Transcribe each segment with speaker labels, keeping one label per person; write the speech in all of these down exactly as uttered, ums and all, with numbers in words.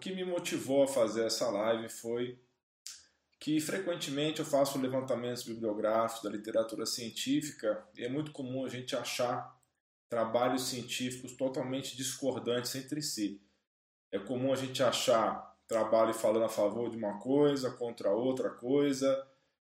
Speaker 1: que me motivou a fazer essa live foi que frequentemente eu faço levantamentos bibliográficos da literatura científica e é muito comum a gente achar trabalhos científicos totalmente discordantes entre si. É comum a gente achar trabalho falando a favor de uma coisa, contra outra coisa,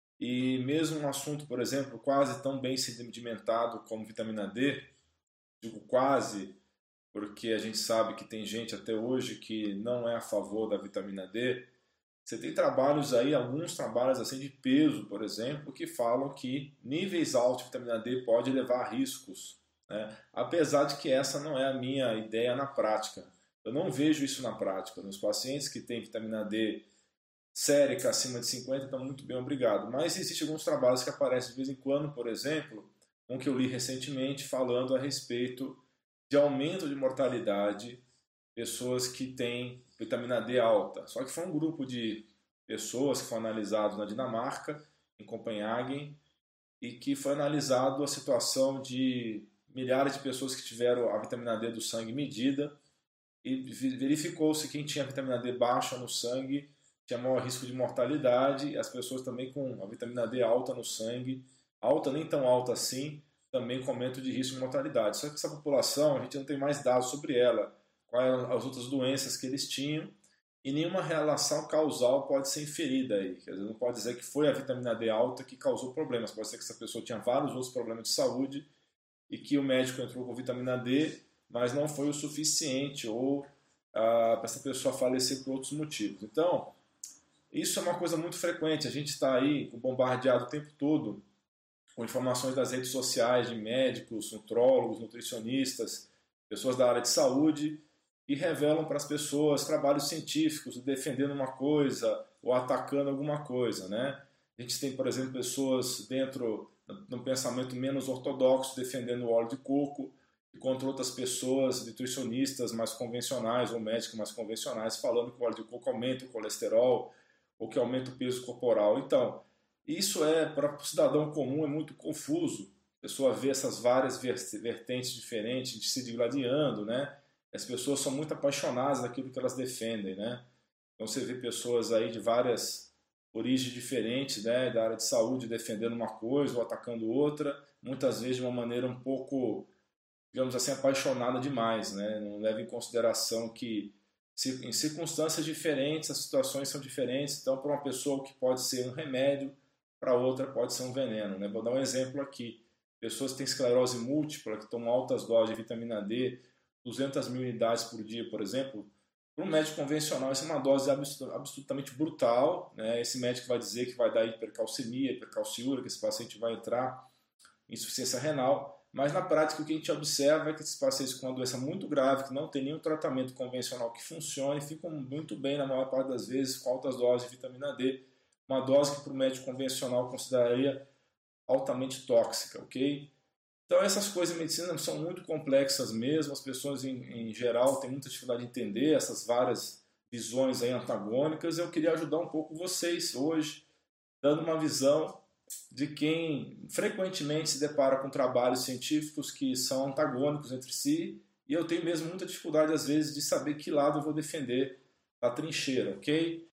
Speaker 1: e mesmo um assunto, por exemplo, quase tão bem sedimentado como vitamina D, digo quase, porque a gente sabe que tem gente até hoje que não é a favor da vitamina D. Você tem trabalhos aí, alguns trabalhos assim de peso, por exemplo, que falam que níveis altos de vitamina D pode levar a riscos, né? Apesar de que essa não é a minha ideia na prática. Eu não vejo isso na prática. Nos pacientes que têm vitamina D sérica acima de cinquenta estão muito bem, obrigado. Mas existem alguns trabalhos que aparecem de vez em quando, por exemplo, um que eu li recentemente falando a respeito de aumento de mortalidade, pessoas que têm vitamina D alta. Só que foi um grupo de pessoas que foi analisado na Dinamarca, em Copenhague, e que foi analisado a situação de milhares de pessoas que tiveram a vitamina D do sangue medida, e verificou-se que quem tinha vitamina D baixa no sangue tinha maior risco de mortalidade, e as pessoas também com a vitamina D alta no sangue, alta nem tão alta assim, também com aumento de risco de mortalidade. Só que essa população, a gente não tem mais dados sobre ela, quais eram as outras doenças que eles tinham, e nenhuma relação causal pode ser inferida aí. Quer dizer, não pode dizer que foi a vitamina D alta que causou problemas, pode ser que essa pessoa tinha vários outros problemas de saúde e que o médico entrou com vitamina D, mas não foi o suficiente, ou ah, para essa pessoa falecer por outros motivos. Então, isso é uma coisa muito frequente. A gente está aí bombardeado o tempo todo com informações das redes sociais de médicos, nutrólogos, nutricionistas, pessoas da área de saúde, e revelam para as pessoas trabalhos científicos defendendo uma coisa ou atacando alguma coisa, né? A gente tem, por exemplo, pessoas dentro de um pensamento menos ortodoxo defendendo o óleo de coco, e contra outras pessoas, nutricionistas mais convencionais ou médicos mais convencionais, falando que o óleo de coco aumenta o colesterol ou que aumenta o peso corporal. Então, isso é, para o cidadão comum, é muito confuso. A pessoa vê essas várias vertentes diferentes de se digladiando, né? As pessoas são muito apaixonadas daquilo que elas defendem, né? Então você vê pessoas aí de várias origens diferentes, né, da área de saúde defendendo uma coisa ou atacando outra, muitas vezes de uma maneira um pouco, digamos assim, apaixonada demais, né? Não leva em consideração que em circunstâncias diferentes as situações são diferentes. Então, para uma pessoa o que pode ser um remédio, para outra pode ser um veneno, né? Vou dar um exemplo aqui. Pessoas que têm esclerose múltipla, que tomam altas doses de vitamina D, duzentas mil unidades por dia, por exemplo, para um médico convencional isso é uma dose absolutamente brutal, né? Esse médico vai dizer que vai dar hipercalcemia, hipercalciúria, que esse paciente vai entrar em insuficiência renal, mas na prática o que a gente observa é que esses pacientes com uma doença muito grave, que não tem nenhum tratamento convencional que funcione, ficam muito bem na maior parte das vezes com altas doses de vitamina D, uma dose que para o médico convencional consideraria altamente tóxica, ok? Então essas coisas em medicina são muito complexas mesmo, as pessoas em, em geral têm muita dificuldade de entender essas várias visões aí antagônicas. Eu queria ajudar um pouco vocês hoje, dando uma visão de quem frequentemente se depara com trabalhos científicos que são antagônicos entre si, e eu tenho mesmo muita dificuldade às vezes de saber que lado eu vou defender a trincheira, ok?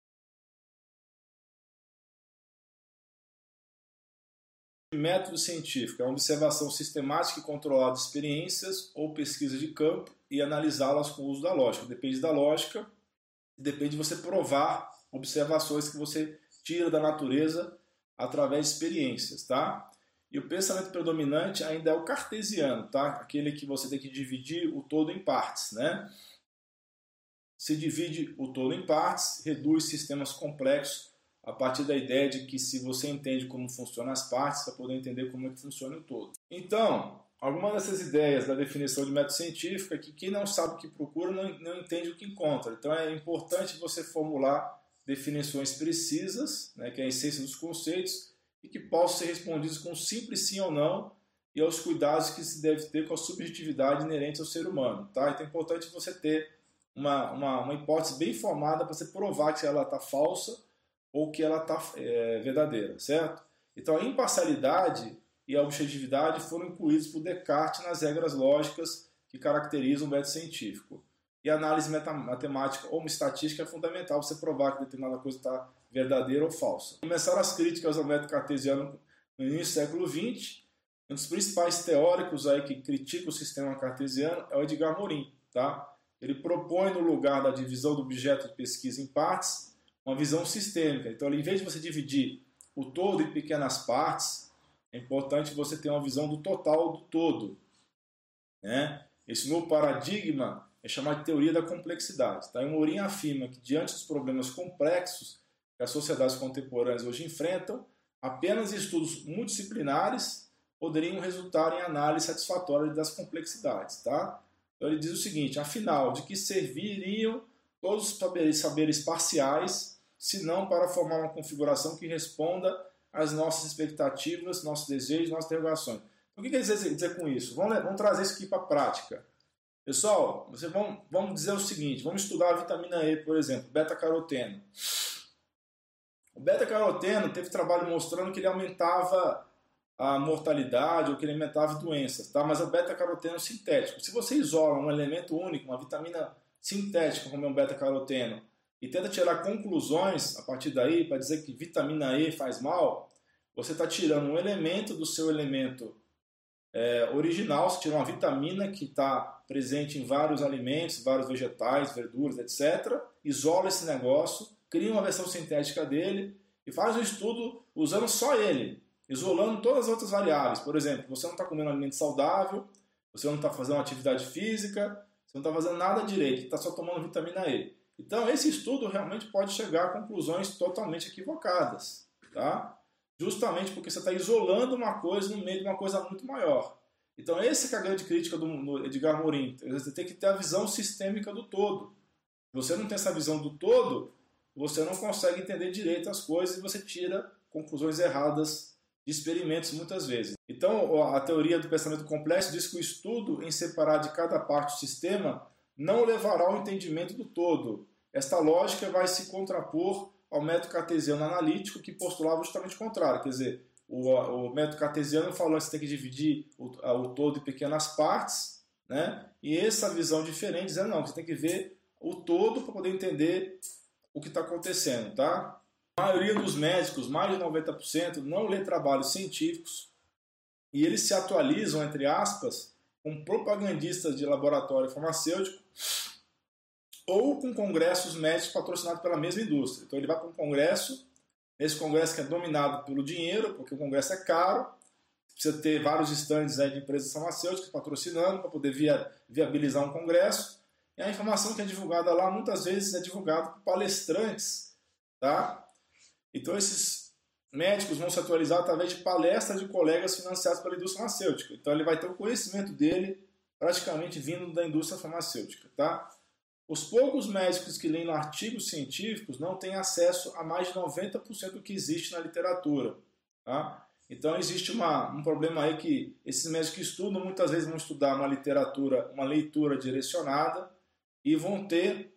Speaker 1: Método científico é uma observação sistemática e controlada de experiências ou pesquisa de campo e analisá-las com o uso da lógica. Depende da lógica, depende de você provar observações que você tira da natureza através de experiências, tá? E o pensamento predominante ainda é o cartesiano, tá? Aquele que você tem que dividir o todo em partes, né? Se divide o todo em partes, reduz sistemas complexos a partir da ideia de que se você entende como funcionam as partes, você vai poder entender como é que funciona o todo. Então, algumas dessas ideias da definição de método científico é que quem não sabe o que procura não, não entende o que encontra. Então é importante você formular definições precisas, né, que é a essência dos conceitos, e que possam ser respondidos com simples sim ou não, e aos cuidados que se deve ter com a subjetividade inerente ao ser humano. Tá? Então é importante você ter uma, uma, uma hipótese bem formada para você provar que ela está falsa ou que ela está é, verdadeira, certo? Então a imparcialidade e a objetividade foram incluídos por Descartes nas regras lógicas que caracterizam o método científico. E e a análise matemática ou estatística é fundamental você provar que determinada coisa está verdadeira ou falsa. Começaram as críticas ao método cartesiano no início do século vinte. Um dos principais teóricos aí que critica o sistema cartesiano é o Edgar Morin. Tá? Ele propõe, no lugar da divisão do objeto de pesquisa em partes, uma visão sistêmica. Então, em vez de você dividir o todo em pequenas partes, é importante você ter uma visão do total do todo. Né? Esse novo paradigma é chamado de teoria da complexidade. Tá? E Morin afirma que, diante dos problemas complexos que as sociedades contemporâneas hoje enfrentam, apenas estudos multidisciplinares poderiam resultar em análise satisfatória das complexidades. Tá? Então ele diz o seguinte: afinal, de que serviriam todos os saberes, saberes parciais, se não para formar uma configuração que responda às nossas expectativas, nossos desejos, nossas interrogações? Então, o que quer dizer, dizer com isso? Vamos, vamos trazer isso aqui para a prática. Pessoal, vocês vão, vamos dizer o seguinte: vamos estudar a vitamina E, por exemplo, beta-caroteno. O beta-caroteno teve trabalho mostrando que ele aumentava a mortalidade ou que ele aumentava doenças, tá? Mas é o beta-caroteno sintético. Se você isola um elemento único, uma vitamina sintética como é um beta-caroteno, e tenta tirar conclusões a partir daí para dizer que vitamina E faz mal, você está tirando um elemento do seu elemento é, original, você tira uma vitamina que está presente em vários alimentos, vários vegetais, verduras, etcétera, isola esse negócio, cria uma versão sintética dele e faz um estudo usando só ele, isolando todas as outras variáveis. Por exemplo, você não está comendo um alimento saudável, você não está fazendo atividade física, você não está fazendo nada direito, está só tomando vitamina E. Então, esse estudo realmente pode chegar a conclusões totalmente equivocadas, tá? Justamente porque você está isolando uma coisa no meio de uma coisa muito maior. Então, essa é a grande crítica do, do Edgar Morin. Você tem que ter a visão sistêmica do todo. Se você não tem essa visão do todo, você não consegue entender direito as coisas e você tira conclusões erradas de experimentos muitas vezes. Então, a teoria do pensamento complexo diz que o estudo em separar de cada parte do sistema não levará ao entendimento do todo. Esta lógica vai se contrapor ao método cartesiano analítico, que postulava justamente o contrário. Quer dizer, o, o método cartesiano falou que você tem que dividir o, o todo em pequenas partes, né? E essa visão diferente dizendo, não, você tem que ver o todo para poder entender o que está acontecendo. Tá? A maioria dos médicos, mais de noventa por cento, não lê trabalhos científicos e eles se atualizam, entre aspas, com propagandistas de laboratório farmacêutico ou com congressos médicos patrocinados pela mesma indústria. Então ele vai para um congresso, esse congresso que é dominado pelo dinheiro, porque o congresso é caro, precisa ter vários estandes aí de empresas farmacêuticas patrocinando para poder via, viabilizar um congresso, e a informação que é divulgada lá muitas vezes é divulgada por palestrantes. Tá? Então esses médicos vão se atualizar através de palestras de colegas financiados pela indústria farmacêutica. Então ele vai ter o conhecimento dele praticamente vindo da indústria farmacêutica. Tá? Os poucos médicos que leem artigos científicos não têm acesso a mais de noventa por cento do que existe na literatura. Tá? Então existe uma, um problema aí que esses médicos que estudam muitas vezes vão estudar uma literatura, uma leitura direcionada e vão ter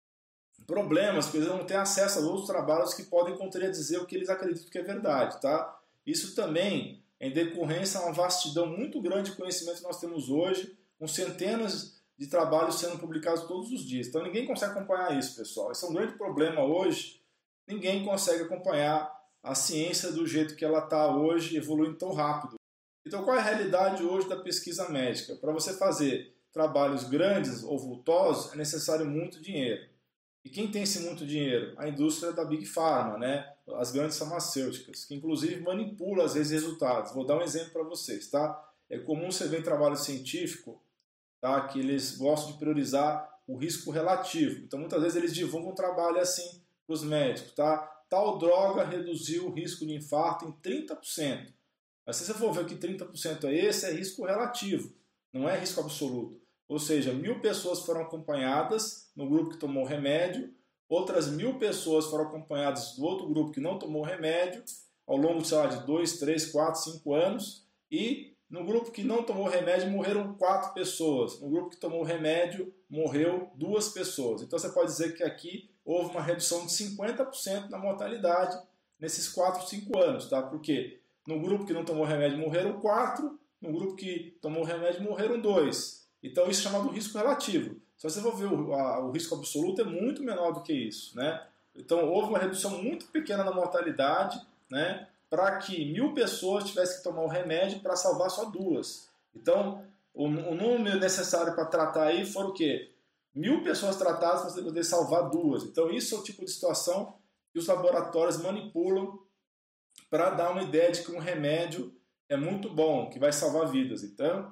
Speaker 1: problemas, porque eles não têm acesso a outros trabalhos que podem contradizer o que eles acreditam que é verdade. Tá? Isso também é em decorrência de uma vastidão muito grande de conhecimento que nós temos hoje, com centenas de trabalhos sendo publicados todos os dias. Então ninguém consegue acompanhar isso, pessoal. Esse é um grande problema hoje. Ninguém consegue acompanhar a ciência do jeito que ela está hoje, evoluindo tão rápido. Então qual é a realidade hoje da pesquisa médica? Para você fazer trabalhos grandes ou vultosos, é necessário muito dinheiro. E quem tem esse muito dinheiro? A indústria da Big Pharma, né? As grandes farmacêuticas, que inclusive manipula às vezes resultados. Vou dar um exemplo para vocês. Tá? É comum você ver em trabalho científico, tá, que eles gostam de priorizar o risco relativo. Então, muitas vezes, eles divulgam um trabalho assim para os médicos. Tá? Tal droga reduziu o risco de infarto em trinta por cento. Mas se você for ver que trinta por cento é esse, é risco relativo, não é risco absoluto. Ou seja, mil pessoas foram acompanhadas no grupo que tomou remédio, outras mil pessoas foram acompanhadas do outro grupo que não tomou remédio, ao longo, sei lá, de dois, três, quatro, cinco anos, e no grupo que não tomou remédio morreram quatro pessoas. No grupo que tomou remédio morreu duas pessoas. Então você pode dizer que aqui houve uma redução de cinquenta por cento na mortalidade nesses quatro, cinco anos. Tá? Porque no grupo que não tomou remédio morreram quatro, no grupo que tomou remédio morreram dois. Então isso é chamado risco relativo. Se você for ver o, a, o risco absoluto é muito menor do que isso, né? Então houve uma redução muito pequena na mortalidade, né, para que mil pessoas tivessem que tomar o remédio para salvar só duas. Então o, o número necessário para tratar aí foram o quê? Mil pessoas tratadas para você poder salvar duas. Então isso é o tipo de situação que os laboratórios manipulam para dar uma ideia de que um remédio é muito bom, que vai salvar vidas. Então,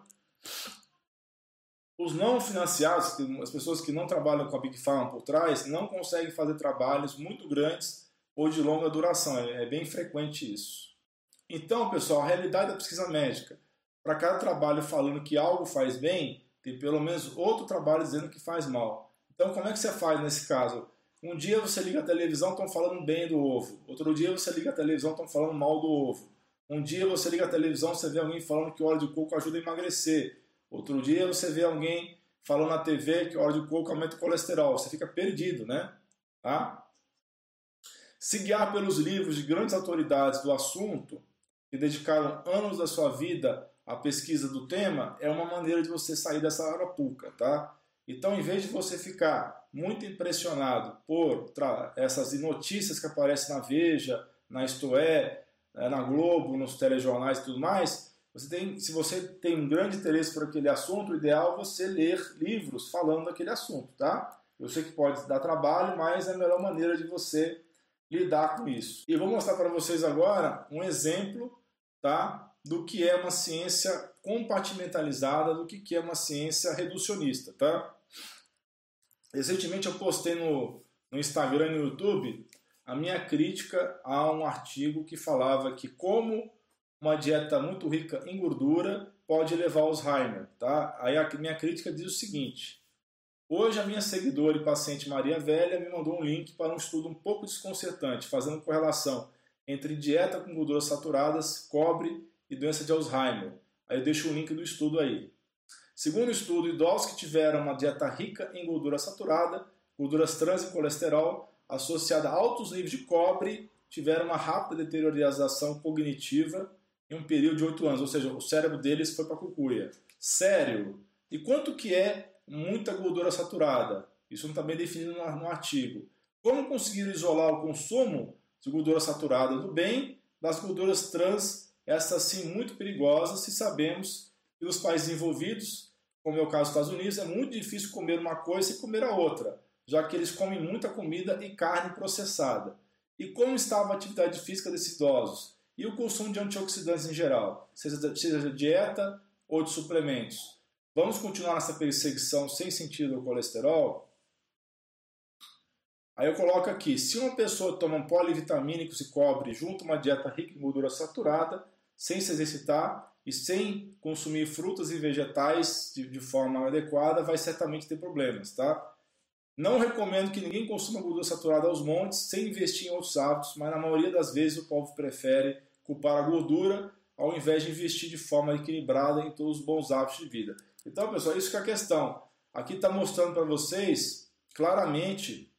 Speaker 1: os não financiados, as pessoas que não trabalham com a Big Pharma por trás, não conseguem fazer trabalhos muito grandes ou de longa duração. É bem frequente isso. Então, pessoal, a realidade da pesquisa médica, para cada trabalho falando que algo faz bem, tem pelo menos outro trabalho dizendo que faz mal. Então, como é que você faz nesse caso? Um dia você liga a televisão, estão falando bem do ovo. Outro dia você liga a televisão, estão falando mal do ovo. Um dia você liga a televisão, você vê alguém falando que o óleo de coco ajuda a emagrecer. Outro dia você vê alguém falando na T V que o óleo de coco aumenta o colesterol. Você fica perdido, né? Tá? Se guiar pelos livros de grandes autoridades do assunto, que dedicaram anos da sua vida à pesquisa do tema, é uma maneira de você sair dessa arapuca, tá? Então, em vez de você ficar muito impressionado por essas notícias que aparecem na Veja, na Isto É, na Globo, nos telejornais e tudo mais, você tem, se você tem um grande interesse por aquele assunto, o ideal é você ler livros falando daquele assunto, tá? Eu sei que pode dar trabalho, mas é a melhor maneira de você lidar com isso. E eu vou mostrar para vocês agora um exemplo, tá, do que é uma ciência compartimentalizada, do que é uma ciência reducionista, tá? Recentemente eu postei no, no Instagram e no YouTube a minha crítica a um artigo que falava que como uma dieta muito rica em gordura pode levar ao Alzheimer, tá? Aí a minha crítica diz o seguinte: hoje a minha seguidora e paciente Maria Velha me mandou um link para um estudo um pouco desconcertante, fazendo correlação entre dieta com gorduras saturadas, cobre e doença de Alzheimer. Aí eu deixo o link do estudo aí. Segundo o estudo, idosos que tiveram uma dieta rica em gordura saturada, gorduras trans e colesterol, associada a altos níveis de cobre, tiveram uma rápida deteriorização cognitiva em um período de oito anos, ou seja, o cérebro deles foi para a cucuia. Sério? E quanto que é muita gordura saturada? Isso não está bem definido no artigo. Como conseguir isolar o consumo de gordura saturada do bem das gorduras trans, essas sim muito perigosas, se sabemos que nos países envolvidos, como é o caso dos Estados Unidos, é muito difícil comer uma coisa e comer a outra, já que eles comem muita comida e carne processada. E como estava a atividade física desses idosos? E o consumo de antioxidantes em geral, seja de dieta ou de suplementos? Vamos continuar nessa perseguição sem sentido ao colesterol? Aí eu coloco aqui, se uma pessoa toma um polivitamínicos e cobre junto a uma dieta rica em gordura saturada, sem se exercitar e sem consumir frutas e vegetais de, de forma adequada, vai certamente ter problemas, tá? Não recomendo que ninguém consuma gordura saturada aos montes sem investir em outros hábitos, mas na maioria das vezes o povo prefere culpar a gordura ao invés de investir de forma equilibrada em todos os bons hábitos de vida. Então, pessoal, isso que é a questão. Aqui está mostrando para vocês claramente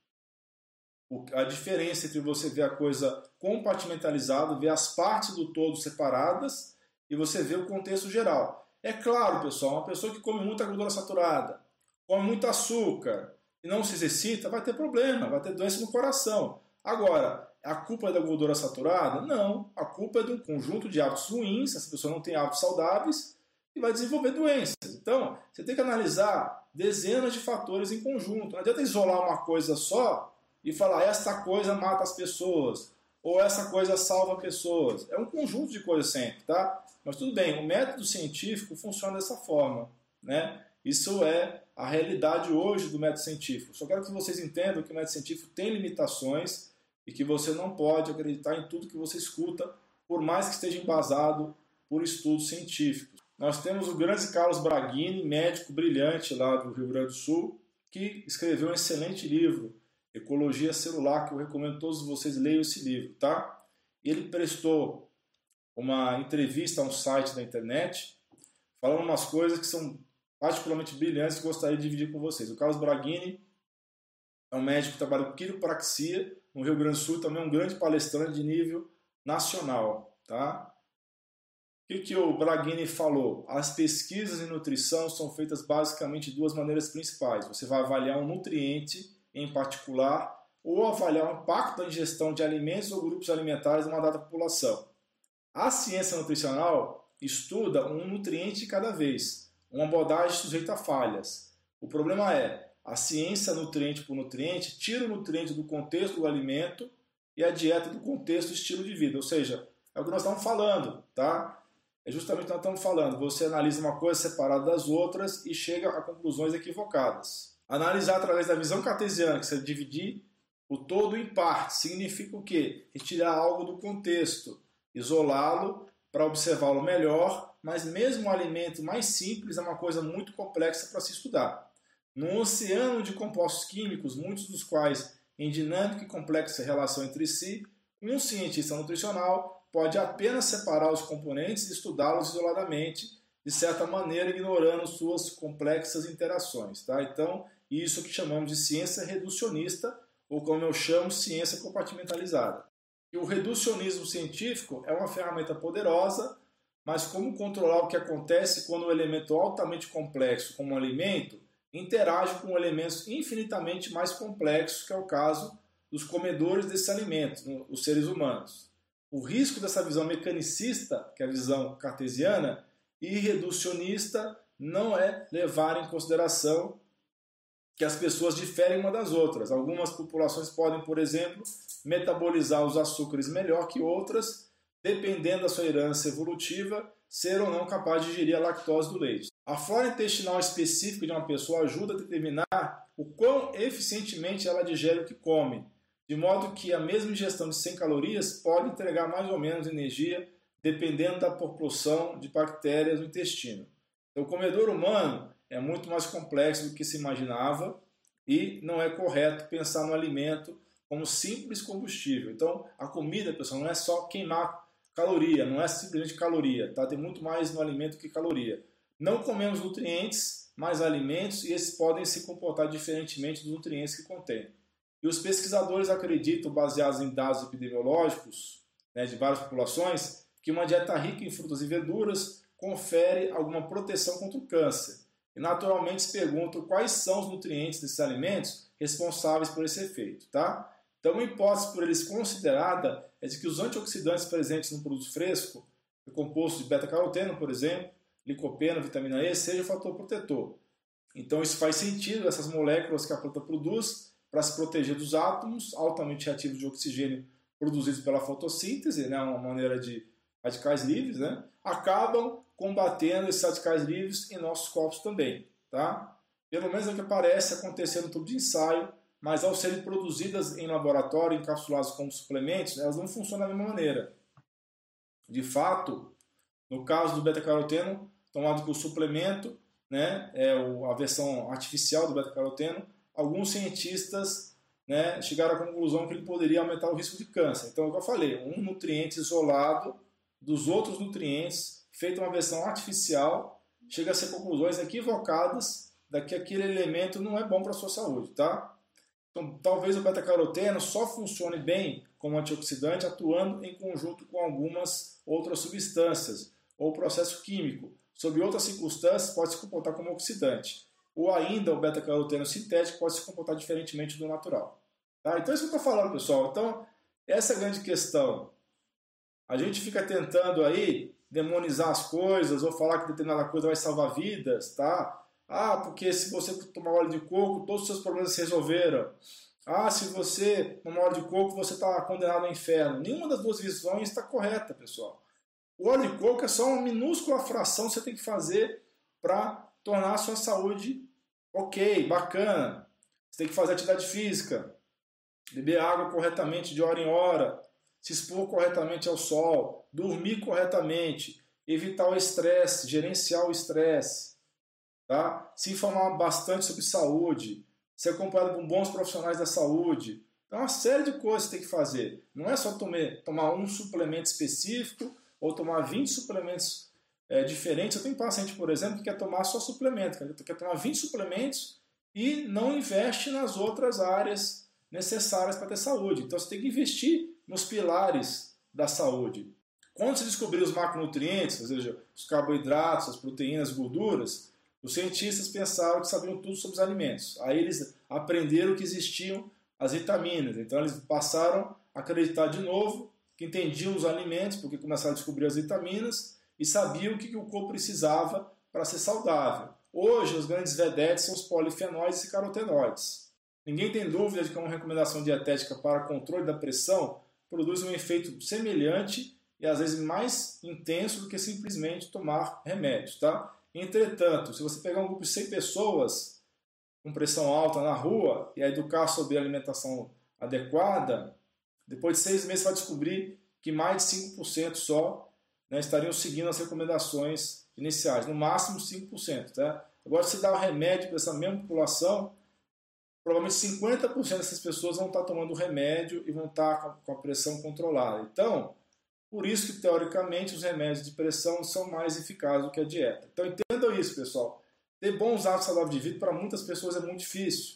Speaker 1: a diferença entre você ver a coisa compartimentalizada, ver as partes do todo separadas e você ver o contexto geral. É claro, pessoal, uma pessoa que come muita gordura saturada, come muito açúcar e não se exercita, vai ter problema, vai ter doença no coração. Agora, a culpa é da gordura saturada? Não. A culpa é de um conjunto de hábitos ruins, essa pessoa não tem hábitos saudáveis e vai desenvolver doenças. Então, você tem que analisar dezenas de fatores em conjunto. Não adianta isolar uma coisa só e falar, essa coisa mata as pessoas, ou essa coisa salva pessoas. É um conjunto de coisas sempre, tá? Mas tudo bem, o método científico funciona dessa forma, né? Isso é a realidade hoje do método científico. Só quero que vocês entendam que o método científico tem limitações e que você não pode acreditar em tudo que você escuta, por mais que esteja embasado por estudos científicos. Nós temos o grande Carlos Braghini, médico brilhante lá do Rio Grande do Sul, que escreveu um excelente livro, Ecologia Celular, que eu recomendo a todos vocês leiam esse livro, tá? Ele prestou uma entrevista a um site da internet, falando umas coisas que são particularmente brilhantes que eu gostaria de dividir com vocês. O Carlos Braghini é um médico que trabalha com quiropraxia no Rio Grande do Sul, também é um grande palestrante de nível nacional, tá? que, que o Braghini falou? As pesquisas em nutrição são feitas basicamente de duas maneiras principais. Você vai avaliar um nutriente em particular ou avaliar o impacto da ingestão de alimentos ou grupos alimentares em uma dada população. A ciência nutricional estuda um nutriente de cada vez, uma abordagem sujeita a falhas. O problema é, a ciência nutriente por nutriente tira o nutriente do contexto do alimento e a dieta do contexto do estilo de vida. Ou seja, é o que nós estamos falando, tá? É justamente o que nós estamos falando. Você analisa uma coisa separada das outras e chega a conclusões equivocadas. Analisar através da visão cartesiana, que você dividir o todo em partes, significa o quê? Retirar algo do contexto, isolá-lo para observá-lo melhor, mas mesmo o alimento mais simples é uma coisa muito complexa para se estudar. Num oceano de compostos químicos, muitos dos quais em dinâmica e complexa relação entre si, um cientista nutricional pode apenas separar os componentes e estudá-los isoladamente, de certa maneira ignorando suas complexas interações. Tá? Então, isso que chamamos de ciência reducionista, ou como eu chamo, ciência compartimentalizada. E o reducionismo científico é uma ferramenta poderosa, mas como controlar o que acontece quando um elemento altamente complexo, como um alimento, interage com elementos infinitamente mais complexos, que é o caso dos comedores desses alimentos, os seres humanos. O risco dessa visão mecanicista, que é a visão cartesiana, e reducionista, não é levar em consideração que as pessoas diferem uma das outras. Algumas populações podem, por exemplo, metabolizar os açúcares melhor que outras, dependendo da sua herança evolutiva, ser ou não capaz de digerir a lactose do leite. A flora intestinal específica de uma pessoa ajuda a determinar o quão eficientemente ela digere o que come, de modo que a mesma ingestão de cem calorias pode entregar mais ou menos energia, dependendo da proporção de bactérias no intestino. Então, o comedor humano é muito mais complexo do que se imaginava e não é correto pensar no alimento como simples combustível. Então, a comida, pessoal, não é só queimar caloria, não é simplesmente caloria, tá? Tem muito mais no alimento que caloria. Não comemos nutrientes, mas alimentos, e esses podem se comportar diferentemente dos nutrientes que contêm. E os pesquisadores acreditam, baseados em dados epidemiológicos, né, de várias populações, que uma dieta rica em frutas e verduras confere alguma proteção contra o câncer. E naturalmente se perguntam quais são os nutrientes desses alimentos responsáveis por esse efeito. Tá? Então, uma hipótese por eles considerada é de que os antioxidantes presentes no produto fresco, o composto de beta-caroteno, por exemplo, licopeno, vitamina E, seja o fator protetor. Então, isso faz sentido, essas moléculas que a planta produz, para se proteger dos átomos altamente reativos de oxigênio produzidos pela fotossíntese, né, uma maneira de radicais livres, né, acabam combatendo esses radicais livres em nossos corpos também. Tá? Pelo menos é o que parece acontecer no tubo de ensaio, mas ao serem produzidas em laboratório, encapsuladas como suplementos, elas não funcionam da mesma maneira. De fato, no caso do beta-caroteno, tomado com o suplemento, né, é a versão artificial do beta-caroteno, alguns cientistas, né, chegaram à conclusão que ele poderia aumentar o risco de câncer. Então, é o que eu falei, um nutriente isolado dos outros nutrientes, feito uma versão artificial, chega a ser conclusões equivocadas de que aquele elemento não é bom para a sua saúde. Tá? Então, talvez o beta-caroteno só funcione bem como antioxidante atuando em conjunto com algumas outras substâncias ou processo químico. Sob outras circunstâncias, pode se comportar como oxidante. Ou ainda o beta-caroteno sintético pode se comportar diferentemente do natural. Tá? Então, é isso que eu estou falando, pessoal. Então, essa é a grande questão. A gente fica tentando aí demonizar as coisas ou falar que determinada coisa vai salvar vidas, tá? Ah, porque se você tomar óleo de coco, todos os seus problemas se resolveram. Ah, se você tomar óleo de coco, você está condenado ao inferno. Nenhuma das duas visões está correta, pessoal. O óleo de coco é só uma minúscula fração que você tem que fazer para tornar a sua saúde ok, bacana. Você tem que fazer atividade física, beber água corretamente de hora em hora, se expor corretamente ao sol, dormir corretamente, evitar o estresse, gerenciar o estresse, tá? Se informar bastante sobre saúde, ser acompanhado por bons profissionais da saúde. Então, uma série de coisas que você tem que fazer. Não é só tomar, tomar um suplemento específico ou tomar vinte suplementos é, diferentes. Eu tenho paciente, por exemplo, que quer tomar só suplemento, que quer tomar vinte suplementos e não investe nas outras áreas necessárias para ter saúde. Então, você tem que investir nos pilares da saúde. Quando se descobriu os macronutrientes, ou seja, os carboidratos, as proteínas, as gorduras, os cientistas pensaram que sabiam tudo sobre os alimentos. Aí eles aprenderam que existiam as vitaminas. Então eles passaram a acreditar de novo que entendiam os alimentos, porque começaram a descobrir as vitaminas e sabiam o que o corpo precisava para ser saudável. Hoje, os grandes vedetes são os polifenóis e carotenoides. Ninguém tem dúvida de que uma recomendação dietética para controle da pressão produz um efeito semelhante e às vezes mais intenso do que simplesmente tomar remédios, tá? Entretanto, se você pegar um grupo de cem pessoas com pressão alta na rua e educar sobre alimentação adequada, depois de seis meses você vai descobrir que mais de cinco por cento só, né, estariam seguindo as recomendações iniciais, no máximo cinco por cento. Tá? Agora, se dá um remédio para essa mesma população, provavelmente cinquenta por cento dessas pessoas vão estar tomando remédio e vão estar com a pressão controlada. Então, por isso que, teoricamente, os remédios de pressão são mais eficazes do que a dieta. Então, entendam isso, pessoal. Ter bons hábitos saudáveis de vida, para muitas pessoas, é muito difícil.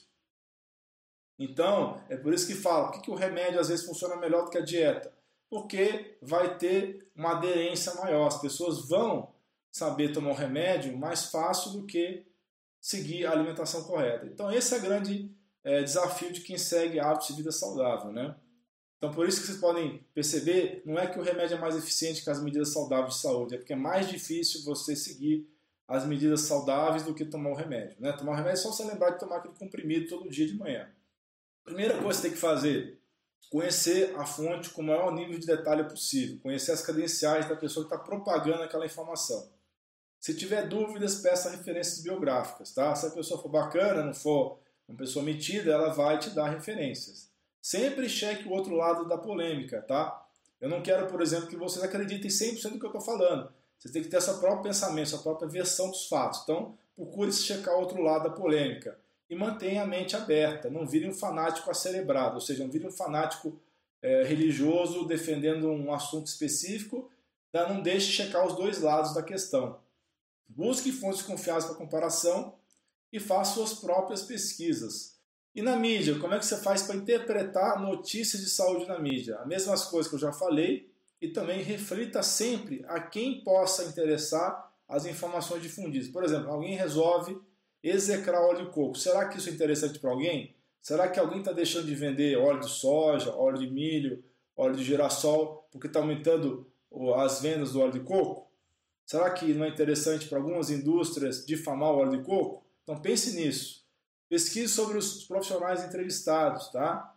Speaker 1: Então, é por isso que falo, por que, que o remédio às vezes funciona melhor do que a dieta? Porque vai ter uma aderência maior. As pessoas vão saber tomar um remédio mais fácil do que seguir a alimentação correta. Então, esse é o grande é, desafio de quem segue hábitos de vida saudável, né? Então, por isso que vocês podem perceber, não é que o remédio é mais eficiente que as medidas saudáveis de saúde, é porque é mais difícil você seguir as medidas saudáveis do que tomar o remédio, né? Tomar o remédio é só você lembrar de tomar aquele comprimido todo dia de manhã. Primeira coisa que você tem que fazer, conhecer a fonte com o maior nível de detalhe possível, conhecer as credenciais da pessoa que está propagando aquela informação. Se tiver dúvidas, peça referências biográficas, tá? Se a pessoa for bacana, não for uma pessoa metida, ela vai te dar referências. Sempre cheque o outro lado da polêmica, tá? Eu não quero, por exemplo, que vocês acreditem cem por cento do que eu estou falando. Vocês têm que ter seu próprio pensamento, sua própria versão dos fatos. Então, procure checar o outro lado da polêmica. E mantenha a mente aberta. Não vire um fanático acerebrado, ou seja, não vire um fanático é, religioso defendendo um assunto específico. Tá? Não deixe checar os dois lados da questão. Busque fontes confiáveis para comparação e faça suas próprias pesquisas. E na mídia, como é que você faz para interpretar notícias de saúde na mídia? As mesmas coisas que eu já falei, e também reflita sempre a quem possa interessar as informações difundidas. Por exemplo, alguém resolve execrar óleo de coco. Será que isso é interessante para alguém? Será que alguém está deixando de vender óleo de soja, óleo de milho, óleo de girassol, porque está aumentando as vendas do óleo de coco? Será que não é interessante para algumas indústrias difamar o óleo de coco? Então pense nisso. Pesquise sobre os profissionais entrevistados, tá?